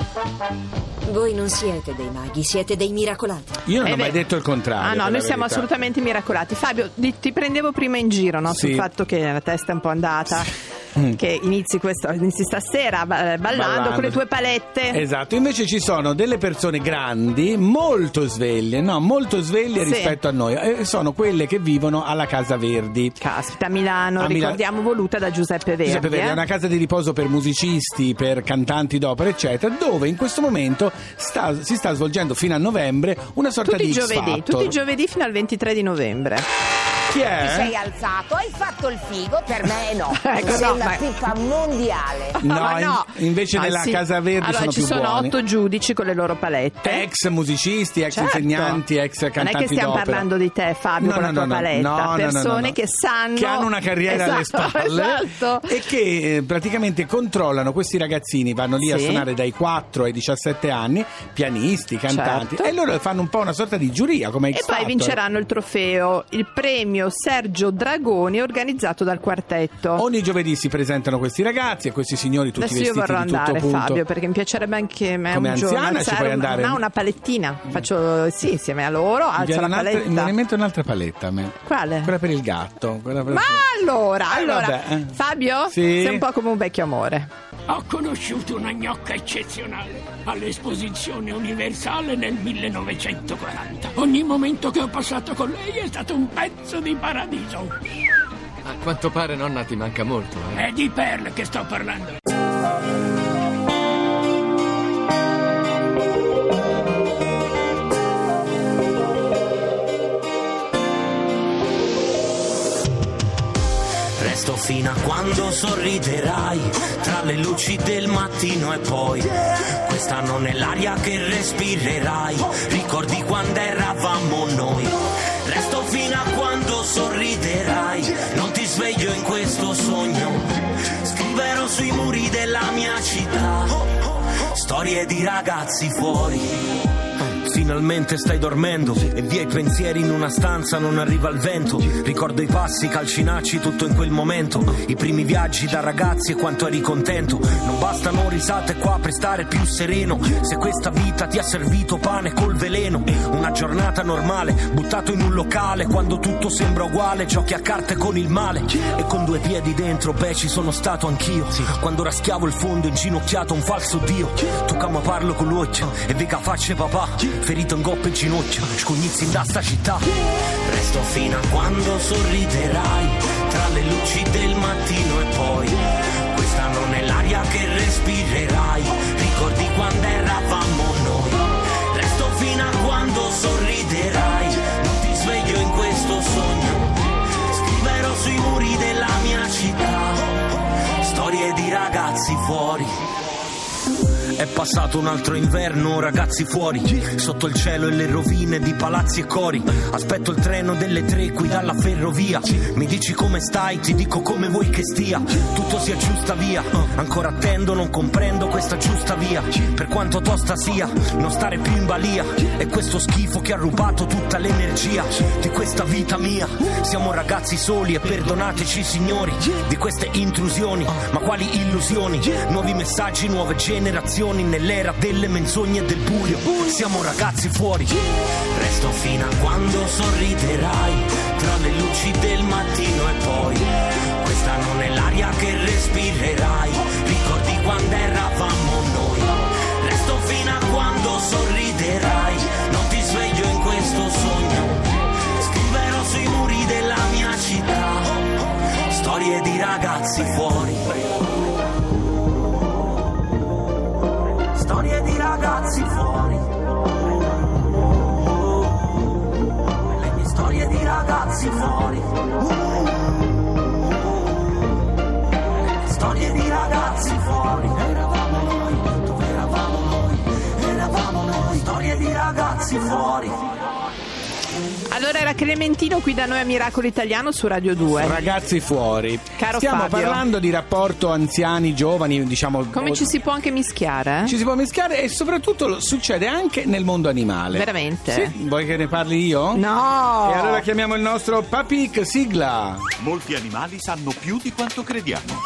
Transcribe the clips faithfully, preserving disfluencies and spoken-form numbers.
Voi non siete dei maghi, siete dei miracolati. Io non Eh ho mai beh. detto il contrario. Ah no, per noi la siamo verità. assolutamente miracolati. Fabio, di- ti prendevo prima in giro, no? Sì. Sul fatto che la testa è un po' andata, che inizi, questo, inizi stasera ba- ballando, Ballando. con le tue palette. Esatto, invece ci sono delle persone grandi, molto sveglie, no, molto sveglie Sì. rispetto a noi. E sono quelle che vivono alla Casa Verdi. Caspita, a Milano, A Milano. ricordiamo, voluta da Giuseppe Verdi. Giuseppe Verdi eh? è una casa di riposo per musicisti, per cantanti d'opera, eccetera, dove in questo momento sta, si sta svolgendo fino a novembre una sorta Tutti i di X giovedì, Factor. tutti i giovedì fino al ventitré di novembre. Chi Ti è? sei alzato, hai fatto il figo, per me no. Ecco, sei no, una ma- pippa mondiale. No, Ma no. in- invece Ah, nella sì. Casa Verdi allora, sono ci più sono buoni. otto giudici con le loro palette. Ex musicisti, ex Certo. insegnanti, ex cantanti Non è che stiamo d'opera. parlando di te, Fabio, No, con no, la tua no, no. paletta. No, no, no, Persone no, no. che sanno, che hanno una carriera alle Esatto, spalle esatto. e che eh, praticamente controllano questi ragazzini, vanno lì a Sì. suonare dai quattro ai diciassette anni, pianisti, cantanti, Certo. e loro fanno un po' una sorta di giuria come X E poi Factor. vinceranno il trofeo, il premio Sergio Dragoni, organizzato dal quartetto. Ogni giovedì si presentano questi ragazzi e questi signori tutti Adesso io vestiti vorrò di tutto andare, punto. Fabio, perché mi piacerebbe anche me Come un giorno anziana ci alzare puoi una, andare? no, una palettina. Faccio sì, insieme a loro, Mi alzo viene, la un'altra, paletta. mi viene in mente un'altra paletta a me. Quale? Quella per il gatto. Quella per... Ma allora, Eh, allora, vabbè, eh. Fabio, Sì? sei un po' come un vecchio amore. Ho conosciuto una gnocca eccezionale all'Esposizione Universale nel millenovecentoquaranta. Ogni momento che ho passato con lei è stato un pezzo di paradiso. A quanto pare, nonna, ti manca molto, eh? È di Perle che sto parlando. Resto fino a quando sorriderai tra le luci del mattino e poi questa non è l'aria che respirerai. Ricordi quando eravamo noi. Resto fino a quando sorriderai. Non ti sveglio in questo sogno. Scriverò sui muri della mia città storie di ragazzi fuori. Finalmente stai dormendo e via i pensieri in una stanza, non arriva il vento. Ricordo i passi calcinacci tutto in quel momento, i primi viaggi da ragazzi e quanto eri contento. Non bastano risate qua per stare più sereno. Se questa vita ti ha servito pane col veleno, una giornata normale, buttato in un locale quando tutto sembra uguale, giochi a carte con il male e con due piedi dentro, beh ci sono stato anch'io. Quando raschiavo il fondo inginocchiato a un falso dio, tu come parlo con l'occhio e vega facce papà. Ferito in goppa e ginocchio, scognizzi in da sta città. Resto fino a quando sorriderai tra le luci del mattino e poi questa non è l'aria che respirerai. Ricordi quando eravamo noi. Resto fino a quando sorriderai. Non ti sveglio in questo sogno. Scriverò sui muri della mia città storie di ragazzi fuori. È passato un altro inverno, ragazzi fuori, sotto il cielo e le rovine di palazzi e cori. Aspetto il treno delle tre qui dalla ferrovia. Mi dici come stai, ti dico come vuoi che stia. Tutto si aggiusta via, ancora attendo, non comprendo questa giusta via. Per quanto tosta sia, non stare più in balia. E questo schifo che ha rubato tutta l'energia di questa vita mia. Siamo ragazzi soli e perdonateci signori di queste intrusioni, ma quali illusioni. Nuovi messaggi, nuove generazioni nell'era delle menzogne e del buio. Siamo ragazzi fuori. Resto fino a quando sorriderai tra le luci del mattino e poi questa non è l'aria che respirerai. Ricordi quando eravamo noi. Resto fino a quando sorriderai. Non ti sveglio in questo sogno. Scriverò sui muri della mia città storie di ragazzi fuori. Storie di ragazzi fuori. Le mie storie di ragazzi fuori. Le mie storie di ragazzi fuori. Eravamo noi, dove eravamo noi? Eravamo noi, storie di ragazzi fuori. Allora era Clementino qui da noi a Miracolo Italiano su Radio due. Ragazzi fuori. Caro Stiamo Fabio. parlando di rapporto anziani, giovani, diciamo. Come ci si può anche mischiare? Eh? Ci si può mischiare e soprattutto lo- succede anche nel mondo animale. Veramente? Sì, vuoi che ne parli io? No! E allora chiamiamo il nostro Papik, sigla. Molti animali sanno più di quanto crediamo.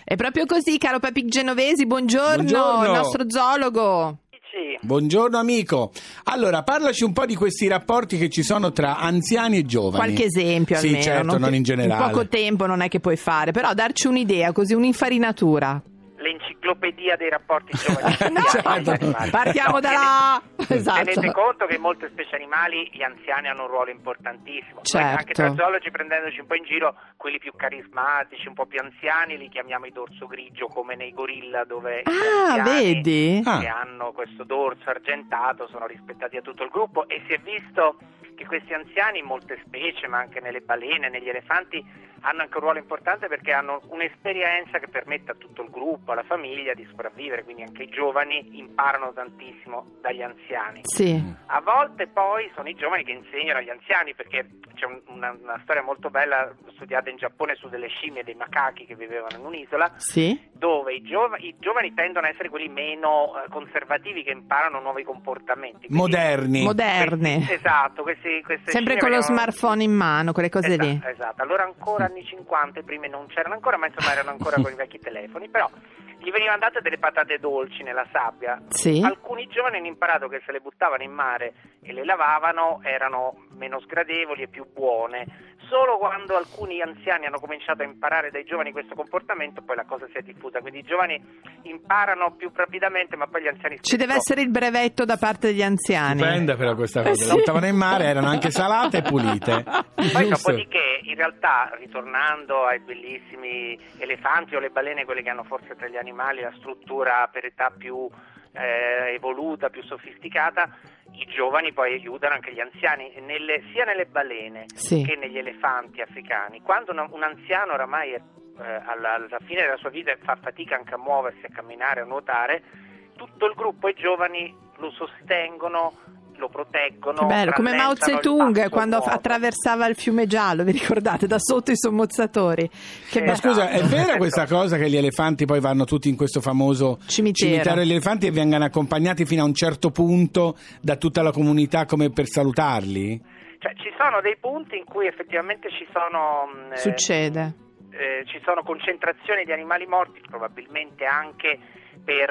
È proprio così, caro Papik Genovesi, buongiorno, Buongiorno. il nostro zoologo. Buongiorno amico. Allora, parlaci un po' di questi rapporti che ci sono tra anziani e giovani. Qualche esempio almeno. Sì, certo, non, non in generale. In poco tempo non è che puoi fare, però darci un'idea, così un'infarinatura. L'enciclopedia dei rapporti giovani. No, partiamo no, da là. Tenete, Esatto. tenete conto che in molte specie animali gli anziani hanno un ruolo importantissimo. Certo. Noi anche tra zoologi, prendendoci un po' in giro, quelli più carismatici, un po' più anziani, li chiamiamo i dorso grigio, come nei gorilla, dove Ah, gli anziani vedi? Ah. che hanno questo dorso argentato sono rispettati da tutto il gruppo, e si è visto che questi anziani in molte specie, ma anche nelle balene, negli elefanti, hanno anche un ruolo importante perché hanno un'esperienza che permette a tutto il gruppo, alla famiglia, di sopravvivere, quindi anche i giovani imparano tantissimo dagli anziani. Sì. A volte poi sono i giovani che insegnano agli anziani, perché c'è un- una, una storia molto bella studiata in Giappone su delle scimmie e dei macachi che vivevano in un'isola, Sì. dove i, giova- i giovani tendono a essere quelli meno eh, conservativi, che imparano nuovi comportamenti. Quindi- Moderni. Moderne. questi- esatto, questi, queste Sempre scimmie con lo venivano- smartphone in mano, quelle cose esatto, lì. Esatto, allora ancora anni cinquanta, i primi non c'erano ancora, ma insomma erano ancora con i vecchi telefoni, però gli venivano date delle patate dolci nella sabbia. Sì. Alcuni giovani hanno imparato che se le buttavano in mare e le lavavano erano meno sgradevoli e più buone. Solo quando alcuni anziani hanno cominciato a imparare dai giovani questo comportamento, poi la cosa si è diffusa, quindi i giovani imparano più rapidamente, ma poi gli anziani Ci deve spesso- essere il brevetto da parte degli anziani. Stupenda però questa Eh, cosa. sì. Le buttavano in mare, erano anche salate e pulite. Poi Giusto? dopodiché, in realtà, ritornando ai bellissimi elefanti o le balene, quelle che hanno forse tra gli animali la struttura per età più eh, evoluta, più sofisticata, i giovani poi aiutano anche gli anziani, nelle- sia nelle balene Sì. che negli elefanti africani. Quando un, un anziano oramai è, eh, alla, alla fine della sua vita fa fatica anche a muoversi, a camminare, a nuotare, tutto il gruppo e i giovani lo sostengono, lo proteggono. Che bello, come Mao rallentano il Zedong passo quando nuovo. attraversava il fiume giallo, vi ricordate? Da sotto i sommozzatori. Che Eh, Ma bello. scusa, è vera Esatto. questa cosa che gli elefanti poi vanno tutti in questo famoso Cimitero. degli elefanti e vengano accompagnati fino a un certo punto da tutta la comunità come per salutarli? Cioè, ci sono dei punti in cui effettivamente ci sono mh, eh, Succede. eh, ci sono concentrazioni di animali morti, probabilmente anche per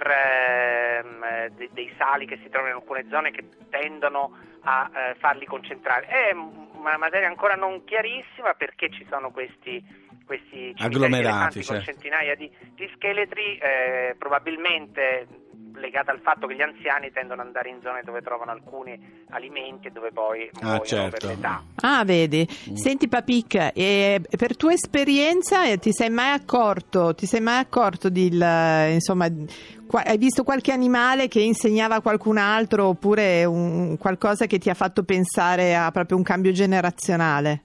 ehm, eh, de- dei sali che si trovano in alcune zone che tendono a eh, farli concentrare. È una materia ancora non chiarissima, perché ci sono questi questi cimiteri Agglomerati, di elefanti con certo. centinaia di, di scheletri, eh, probabilmente legata al fatto che gli anziani tendono ad andare in zone dove trovano alcuni alimenti e dove poi Ah, muoiono certo. per l'età. Ah, vedi. Senti Papik, eh, per tua esperienza eh, ti sei mai accorto, ti sei mai accorto di, il, insomma, qua- hai visto qualche animale che insegnava a qualcun altro, oppure un, qualcosa che ti ha fatto pensare a proprio un cambio generazionale?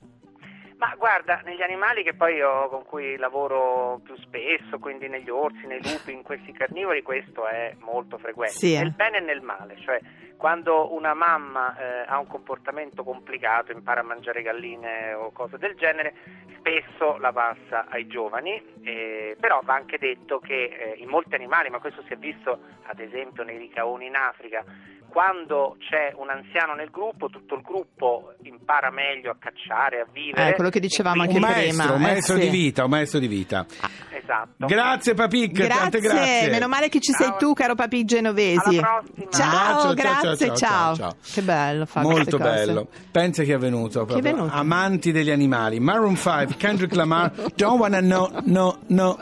Ma guarda, negli animali che poi io, con cui lavoro più spesso, quindi negli orsi, nei lupi, in questi carnivori, questo è molto frequente, Sì, eh. nel bene e nel male. Cioè, quando una mamma eh, ha un comportamento complicato, impara a mangiare galline o cose del genere, spesso la passa ai giovani, eh, però va anche detto che eh, in molti animali, ma questo si è visto ad esempio nei ricaoni in Africa, quando c'è un anziano nel gruppo, tutto il gruppo impara meglio a cacciare, a vivere. Eh, quello che dicevamo E anche Un quindi- prima. maestro, un eh, maestro sì. di vita, un maestro di vita. Esatto. Grazie Papik, tante grazie. Meno male che ci sei Ciao. tu, caro Papik Genovesi. Alla prossima. Ciao, Ciao, ciao, grazie, ciao, ciao, ciao. ciao, ciao. Che bello fare Molto queste cose. bello. Pensa chi è venuto, Chi è proprio. venuto? Amanti degli animali. Maroon five, Kendrick Lamar, Don't Wanna Know, No, No.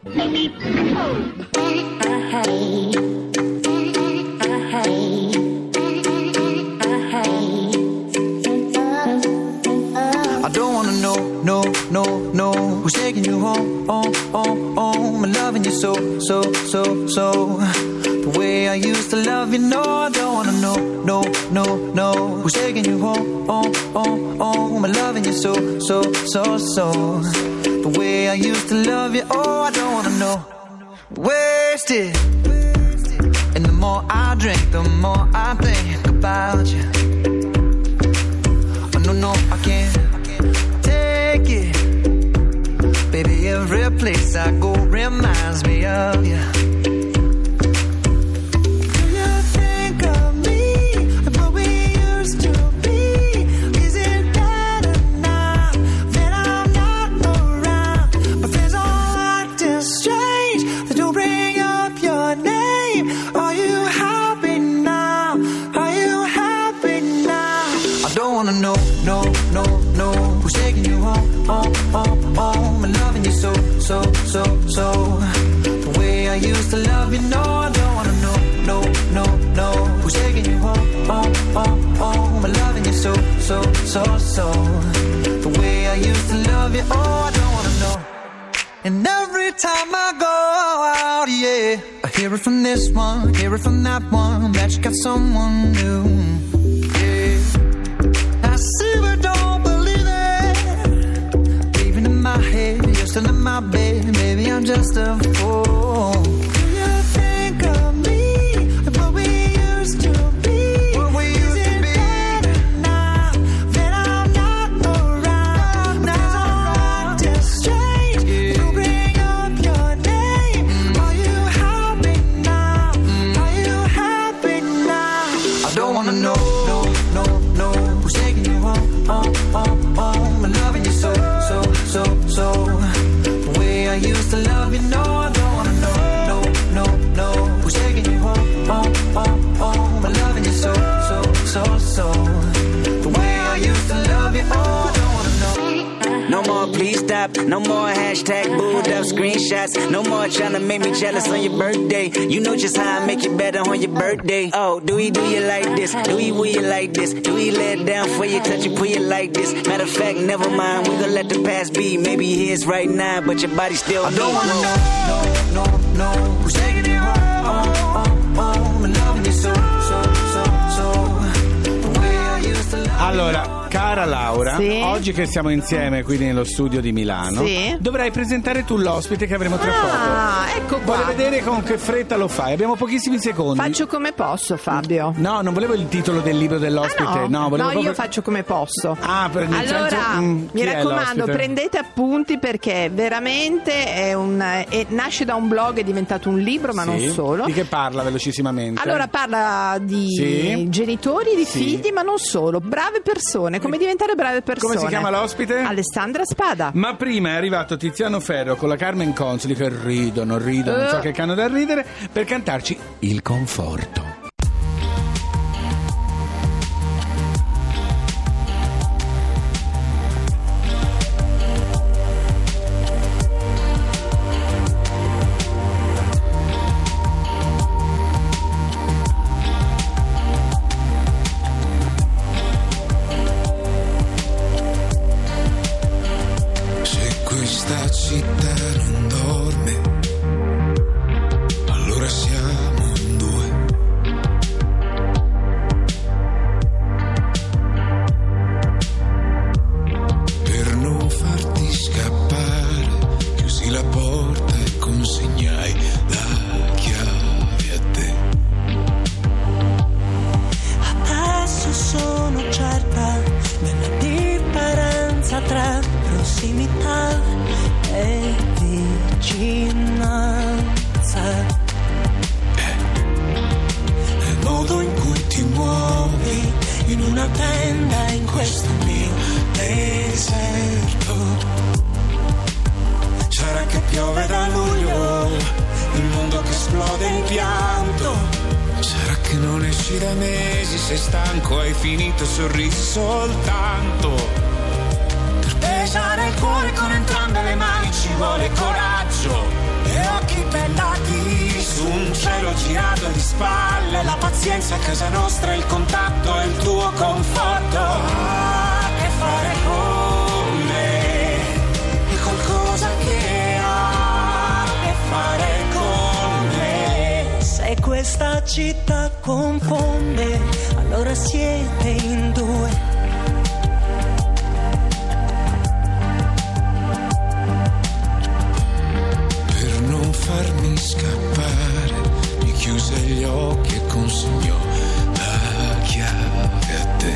I don't wanna know, no, no, no, who's taking you home, home, home, home, and loving you so, so, so, so, the way I used to love you. No, I don't wanna know, no, no, no, who's taking you home, home, home, home, and loving you so, so, so, so, the way I used to love you. Oh, I don't wanna know. Wasted, and the more I drink, the more I think about you. No, no, I can't take it. Baby, every place I go reminds me of you. Do you think of me and what we used to be? Is it better now that I'm not around? My friends all acting strange. so, so, so. The way I used to love you, oh, I don't wanna know. And every time I go out, yeah, I hear it from this one, hear it from that one, that you got someone new. Yeah, I see but don't believe it. Even in my head, you're still in my bed. Maybe I'm just a fool. Do you think of me and what we used to be? What we used Is to it be better now that I'm not around? Now I'm acting strange. Yeah. You bring up your name. Mm. Are you happy now? Mm. Are you happy now? I don't wanna know, no, no, no. Who's taking you home, home, home, home? And loving you so, so, so, so. I used to love you, no, I don't wanna know, no, no, no. Who's taking you home, home, home, home? I'm loving you so, so, so, so. The way I used to love you, oh, I don't wanna know. No more please stop, no more hashtag booed up screenshots. No more trying to make me jealous on your birthday. You know just how I make you better on your birthday. Oh, do we do you like this? Do we will you like this? Do we let down for you, touch you, put you like this? Matter of fact, never mind, we gon' let the past be. Maybe here's right now, but your body still I don't wanna know, no, no, no. Who's taking you home, home, home, home? I'm loving you so, so, so, so. The way I used to love you. Allora, cara Laura, sì? oggi che siamo insieme qui nello studio di Milano, sì? dovrai presentare tu l'ospite che avremo tra poco. Ah, ecco qua. Voglio vedere con che fretta lo fai. Abbiamo pochissimi secondi. Faccio come posso, Fabio. No, non volevo il titolo del libro dell'ospite. Ah, no, no, volevo no proprio... io faccio come posso. Ah, per nel allora, senso, mm, mi chi è raccomando, l'ospite? prendete appunti perché veramente è un, è, nasce da un blog, è diventato un libro, ma Sì? non solo. Di che parla velocissimamente? Allora parla di Sì? genitori, di Sì. figli, ma non solo, brave persone, come diventare brave persone. Come si chiama l'ospite? Alessandra Spada. Ma prima è arrivato Tiziano Ferro con la Carmen Consoli che ridono, ridono, non so Uh. che canno da ridere, per cantarci Il conforto. Questa città non dorme, allora siamo in due. Per non farti scappare, chiusi la porta e consegnai la chiave a te. Adesso sono certa della differenza tra prossimità e vicinanza. Nel modo in cui ti muovi in una tenda in questo mio deserto. Sarà che piove da luglio, il mondo che esplode in pianto. Sarà che non esci da mesi, sei stanco, hai finito, sorrisi soltanto. Pesare il cuore con entrambe le mani ci vuole coraggio e occhi bellati su un cielo girato di spalle. La pazienza a casa nostra, il contatto e il tuo conforto. Ah, che fare con me è qualcosa che ha che fare con me. Se questa città confonde, allora siete in due. Farmi scappare, mi chiuse gli occhi e consegnò la chiave a te.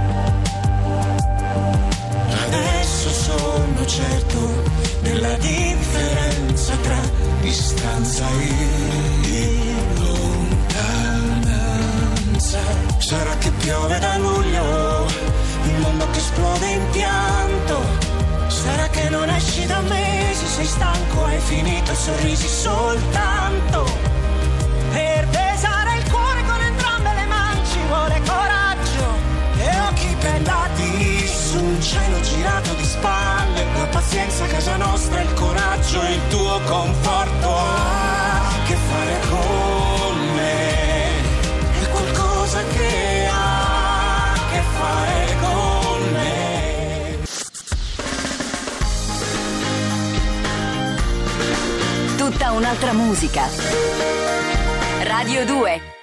Adesso sono certo della differenza tra distanza e lontananza. Sarà che piove da luglio, il mondo che esplode in pianto. Sarà che non esci da mesi, sei stanco, hai finito, sorrisi soltanto. Per pesare il cuore con entrambe le mani ci vuole coraggio e occhi bellati su un cielo girato di spalle. La pazienza a casa nostra, il coraggio e il tuo conforto. Ah, che fare con me è qualcosa che ha che fare con me. Tutta un'altra musica. Radio due